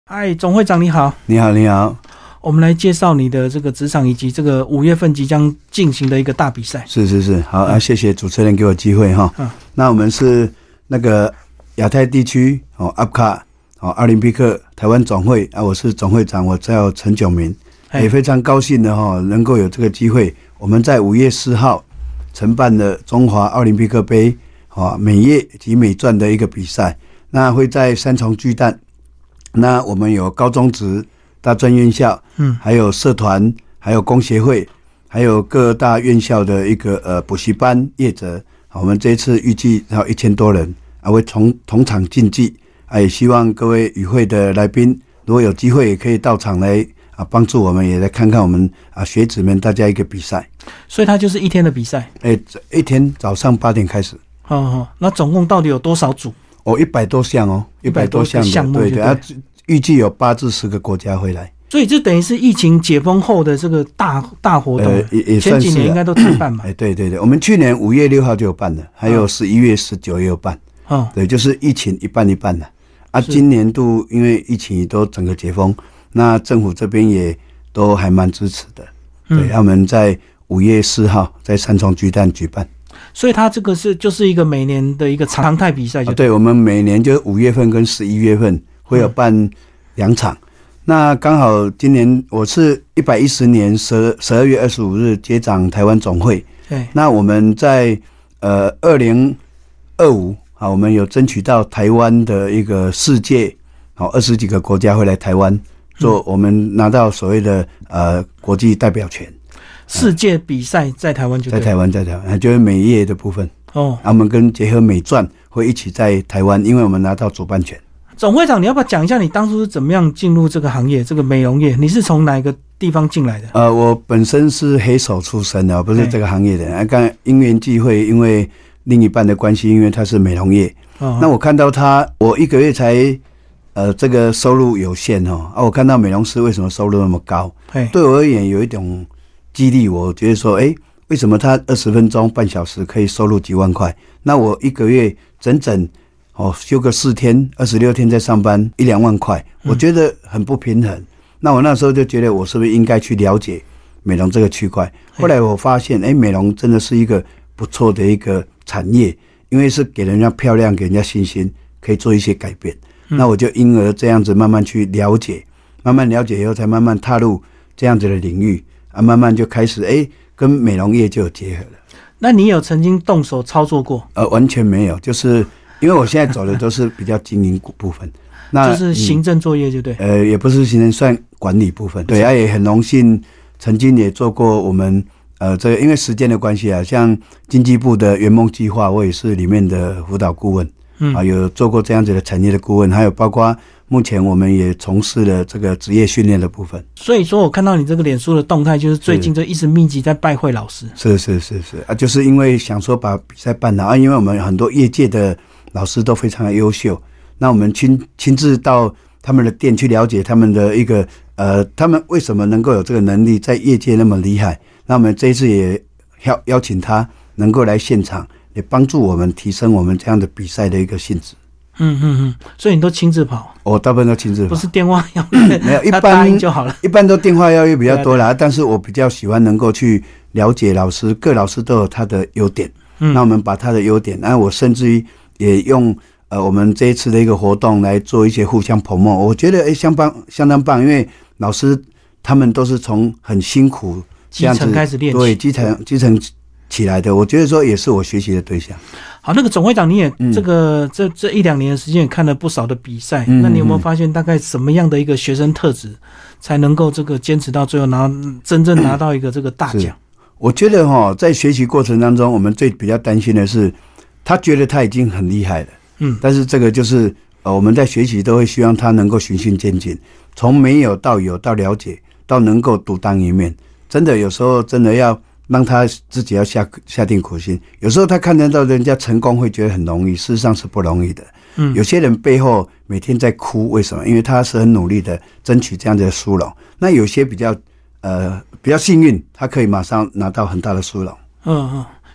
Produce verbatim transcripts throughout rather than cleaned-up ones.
嗨，总会长你好。 你好，你好。 我们来介绍你的这个职场以及这个五月份即将进行的一个大比赛。 是是是，好、嗯、啊，谢谢主持人给我机会哈。嗯，那我们是那个亚太地区哦 ，A P C A 哦，奥林匹克台湾总会啊，我是总会长，我叫陈炯明，也非常高兴的哈，能够有这个机会。我们在五月四号承办了中华奥林匹克杯啊美业及美传的一个比赛，那会在三重巨蛋。那我们有高中职、大专院校，嗯，还有社团，还有工协会，还有各大院校的一个呃补习班业者。我们这一次预计要一千多人，啊，会同同场竞技，啊，也希望各位与会的来宾，如果有机会也可以到场来啊，帮助我们也来看看我们啊学子们大家一个比赛。 所以它就是一天的比赛。 哎、欸，一天早上八点开始。 哦哦，那总共到底有多少组？ 哦，一百多项哦，一百多项项目， 对对，啊，预计有八至十个国家会来， 所以这等于是疫情解封后的这个大大活动。 呃，也也算是、啊、 前几年应该都停办嘛。 哎，对对对，我们去年五月六号就有办了，还有十一月十九也有办。哦，对，就是疫情一半一半的。啊，今年度因为疫情都整个解封，那政府这边也都还蛮支持的。嗯、对，他们在五月四号在三重巨蛋举办。 所以它这个是就是一个每年的一个常态比赛就、 啊、对，我们每年就是五月份跟十一月份会有办两场。嗯、那刚好今年我是一百一十年十十二月二十五日接掌台湾总会。对，那我们在呃二零二五啊，我们有争取到台湾的一个世界好二十几个国家会来台湾做，我们拿到所谓的呃国际代表权。 世界比赛在台湾就对， 在台湾，在台湾就是美业的部分哦。啊、我们跟结合美传会一起在台湾，因为我们拿到主办权。 总会长，你要不要讲一下你当初是怎么样进入这个行业，这个美容业？你是从哪一个地方进来的？ 呃，我本身是黑手出身的，不是这个行业的。啊，刚因缘际会，因为另一半的关系，因为他是美容业，哦、那我看到他，我一个月才呃这个收入有限哦。啊，我看到美容师为什么收入那么高？对我而言有一种激励，我觉得说，哎、欸，为什么他二十分钟、半小时可以收入几万块？那我一个月整整哦休个四天、二十六天在上班，一两万块，我觉得很不平衡。嗯、那我那时候就觉得，我是不是应该去了解美容这个区块？后来我发现，哎、欸，美容真的是一个不错的一个产业，因为是给人家漂亮、给人家新鲜，可以做一些改变。嗯、那我就因而这样子慢慢去了解，慢慢了解以后，才慢慢踏入这样子的领域。啊，慢慢就开始哎、欸，跟美容业就有结合了。 那你有曾经动手操作过？ 呃，完全没有，就是因为我现在走的都是比较经营部分，那就是行政作业就对。 呃，也不是行政，算管理部分。对，啊，也很荣幸，曾经也做过我们呃这个，因为时间的关系啊，像经济部的圆梦计划，我也是里面的辅导顾问，嗯啊，有做过这样子的产业的顾问，还有包括。目前我们也从事了这个职业训练的部分， 所以说我看到你这个脸书的动态，就是最近就一直密集在拜会老师。 是是是是啊，就是因为想说把比赛办好啊，因为我们很多业界的老师都非常的优秀，那我们亲亲自到他们的店去了解他们的一个呃，他们为什么能够有这个能力，在业界那么厉害？那我们这一次也邀邀请他能够来现场，也帮助我们提升我们这样的比赛的一个性质。 嗯嗯嗯，所以你都亲自跑？ 我大部分都亲自跑， 不是电话邀约， 没有，一般答应就好了。 一般都电话邀约比较多啦，但是我比较喜欢能够去了解老师，各老师都有他的优点。嗯，那我们把他的优点，那我甚至于也用呃我们这一次的一个活动来做一些互相 promote， 我觉得哎相当相当棒，因为老师他们都是从很辛苦这样子基层开始练习， 对基层基层起来的，我觉得说也是我学习的对象。 好，那个总会长，你也这个、嗯、这这一两年的时间也看了不少的比赛，嗯、那你有没有发现大概什么样的一个学生特质才能够这个坚持到最后，拿真正拿到一个这个大奖？ 我觉得哈，在学习过程当中，我们最比较担心的是，他觉得他已经很厉害了，嗯，但是这个就是呃我们在学习都会希望他能够循序渐进，从没有到有，到了解，到能够独当一面。真的有时候真的要。让他自己要下下定苦心，有时候他看得到人家成功会觉得很容易，事实上是不容易的。嗯，有些人背后每天在哭，为什么？因为他是很努力的争取这样的殊荣。那有些比较呃比较幸运，他可以马上拿到很大的殊荣。 嗯嗯，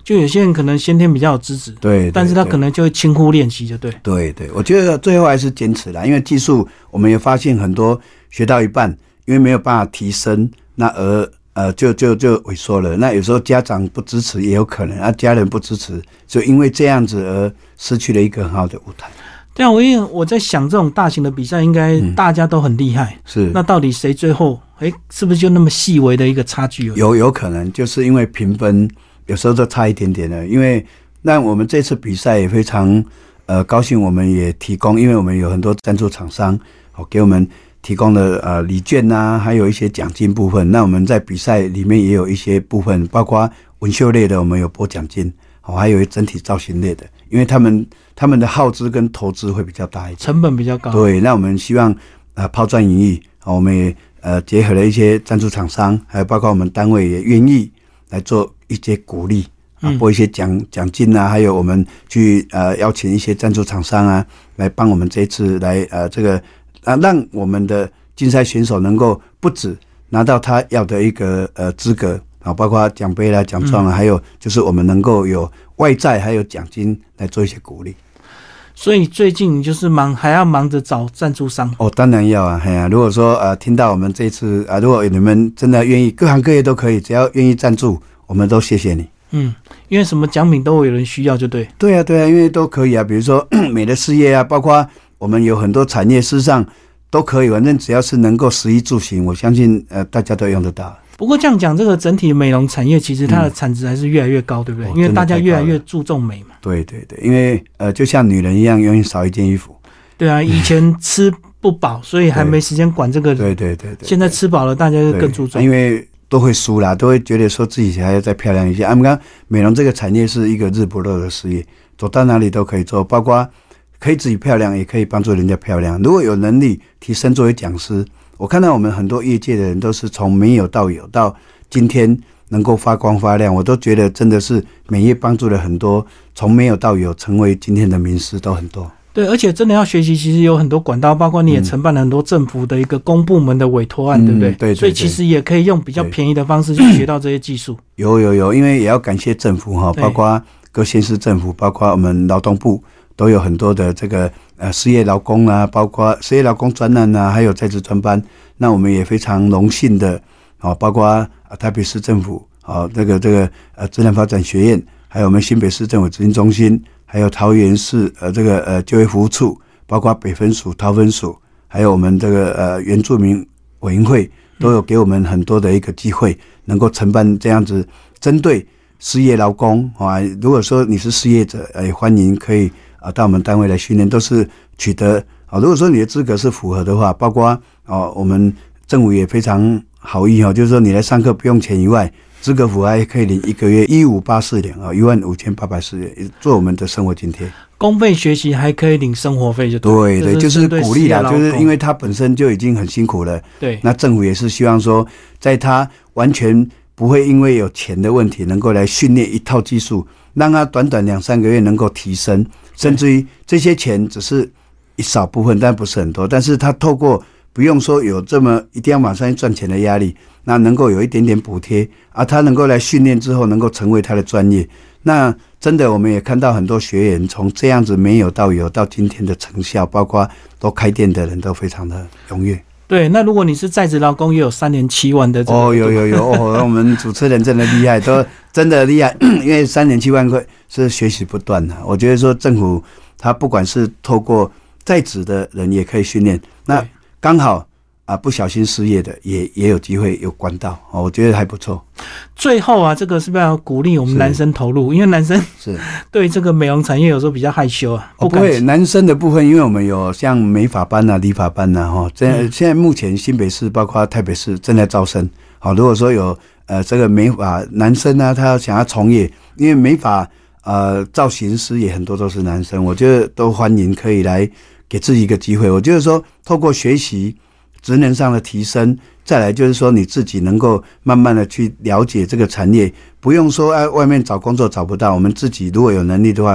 就有些人可能先天比较有资质， 对，对， 但是他可能就会轻忽练习，就对。 对对，我觉得最后还是坚持啦，因为技术我们也发现很多学到一半，因为没有办法提升，那而呃就就就萎缩了。那有时候家长不支持也有可能，啊家人不支持，就因为这样子而失去了一个很好的舞台。 对啊，我因为我在想，这种大型的比赛应该大家都很厉害，嗯、 是那到底谁最后，哎，是不是就那么细微的一个差距？ 有有可能就是因为评分。有时候都差一点点的，因为那我们这次比赛也非常呃高兴，我们也提供，因为我们有很多赞助厂商哦给我们提供了呃礼券啊，还有一些奖金部分。那我们在比赛里面也有一些部分，包括纹绣类的，我们有拨奖金，哦，还有整体造型类的，因为他们他们的耗资跟投资会比较大一点， 成本比较高。 对，那我们希望呃抛砖引玉，哦，我们也呃结合了一些赞助厂商，还有包括我们单位也愿意来做一些鼓励啊，拨一些奖奖金啊，还有我们去呃邀请一些赞助厂商啊，来帮我们这一次来呃这个啊，让我们的竞赛选手能够不止拿到他要的一个呃资格啊，包括奖杯啦、奖状啊，嗯、还有就是我们能够有外在还有奖金来做一些鼓励。 所以最近你就是忙，还要忙着找赞助商哦，当然要啊，哎呀、啊，如果说呃听到我们这一次啊，如果你们真的愿意，各行各业都可以，只要愿意赞助，我们都谢谢你。 嗯，因为什么奖品都会有人需要，就对。 对啊，对啊，因为都可以啊，比如说美的事业啊，包括我们有很多产业，事实上都可以，反正只要是能够食衣住行，我相信呃大家都用得到。 不过这样讲，这个整体美容产业其实它的产值还是越来越高，嗯、对不对？因为大家越来越注重美嘛。 对对对，因为呃，就像女人一样，永远少一件衣服。 对啊，以前吃不饱，所以还没时间管这个。 对对 对, 对, 对。 现在吃饱了，大家就更注重。 因为都会输啦，都会觉得说自己还要再漂亮一些。我们刚美容这个产业是一个日不落的事业，走到哪里都可以做，包括可以自己漂亮，也可以帮助人家漂亮。如果有能力提升作为讲师，我看到我们很多业界的人都是从没有到有，到今天能够发光发亮，我都觉得真的是美业帮助了很多，从没有到有成为今天的名师都很多。 对，而且真的要学习，其实有很多管道，包括你也承办了很多政府的一个公部门的委托案，嗯、对不对？ 对, 对, 对。 所以其实也可以用比较便宜的方式去学到这些技术。 有有有，因为也要感谢政府哈，包括各县市政府，包括我们劳动部都有很多的这个呃失业劳工啊，包括失业劳工专案啊，还有在职专班。那我们也非常荣幸的，哦，包括啊台北市政府，哦这个这个呃职能发展学院，还有我们新北市政府执行中心，还有桃园市呃这个呃就业服务处，包括北分署、桃分署，还有我们这个呃原住民委员会，都有给我们很多的一个机会，能够承办这样子针对失业劳工啊。如果说你是失业者，哎，欢迎可以啊到我们单位来训练，都是取得啊。如果说你的资格是符合的话，包括哦我们政府也非常好意哦，就是说你来上课不用钱以外，资格符合还可以领一个月一五八四两啊，一万五千八百四元，做我们的生活津贴。 公费学习还可以领生活费，就对对，就是鼓励啦，就是因为他本身就已经很辛苦了。 对， 那政府也是希望说，在他完全不会因为有钱的问题，能够来训练一套技术，让他短短两三个月能够提升，甚至于这些钱只是一少部分，但不是很多，但是他透过不用说有这么一定要马上赚钱的压力，那能够有一点点补贴啊，他能够来训练之后，能够成为他的专业。那真的我们也看到很多学员从这样子没有到有，到今天的成效，包括都开店的人都非常的踊跃。 对，那如果你是在职劳工，也有三年七万的这个哦，有有有哦，我们主持人真的厉害，都真的厉害，因为三年七万块是学习不断的。我觉得说政府他不管是透过在职的人也可以训练，那刚好啊不小心失业的也也有机会有管道，哦，我觉得还不错。 最后啊，这个是不是要鼓励我们男生投入？因为男生是对这个美容产业有时候比较害羞啊。 不会，男生的部分，因为我们有像美发班啊、理发班啊，哈，这现在目前新北市包括台北市正在招生。好，如果说有呃这个美发男生呢，他想要从业，因为美发呃造型师也很多都是男生，我觉得都欢迎可以来给自己一个机会。我觉得说透过学习职能上的提升，再来就是说你自己能够慢慢的去了解这个产业，不用说哎外面找工作找不到，我们自己如果有能力的话，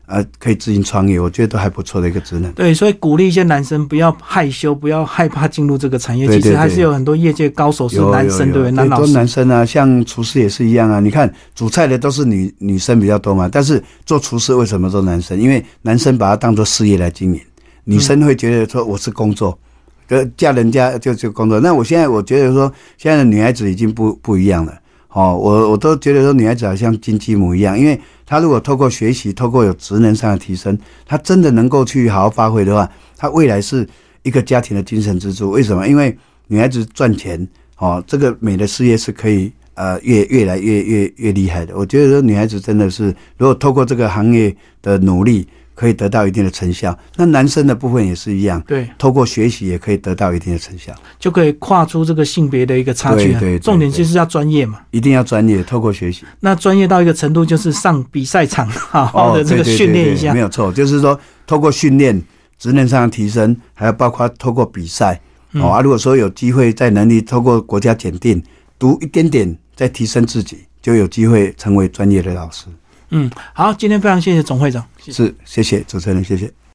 呃，可以自行创业，我觉得都还不错的一个职能。 对，所以鼓励一些男生不要害羞，不要害怕进入这个产业。 对对对， 其实还是有很多业界高手是男生，对不对？男老师， 很多男生啊，像厨师也是一样啊。你看煮菜的都是女女生比较多嘛，但是做厨师为什么都男生？因为男生把它当作事业来经营，女生会觉得说我是工作，呃、嗯，嫁人家就就工作。那我现在我觉得说，现在的女孩子已经不不一样了。哦，我我都觉得说女孩子好像金鸡母一样，因为她如果透过学习，透过有职能上的提升，她真的能够去好好发挥的话，她未来是一个家庭的精神支柱。为什么？因为女孩子赚钱，哦，这个美的事业是可以呃越越来越越越厉害的。我觉得说女孩子真的是，如果透过这个行业的努力，可以得到一定的成效。那男生的部分也是一样， 对， 透过学习也可以得到一定的成效， 就可以跨出这个性别的一个差距、啊。 对 对, 对, 对， 重点就是要专业嘛， 一定要专业，透过学习。 那专业到一个程度，就是上比赛场好好的这个训练一下、 哦、对对对对，没有错，就是说透过训练、职能上的提升，还有包括透过比赛、嗯、哦啊，如果说有机会在能力透过国家检定读一点点，再提升自己，就有机会成为专业的老师。 嗯，好，今天非常谢谢总会长，谢谢， 是，谢谢主持人，谢谢。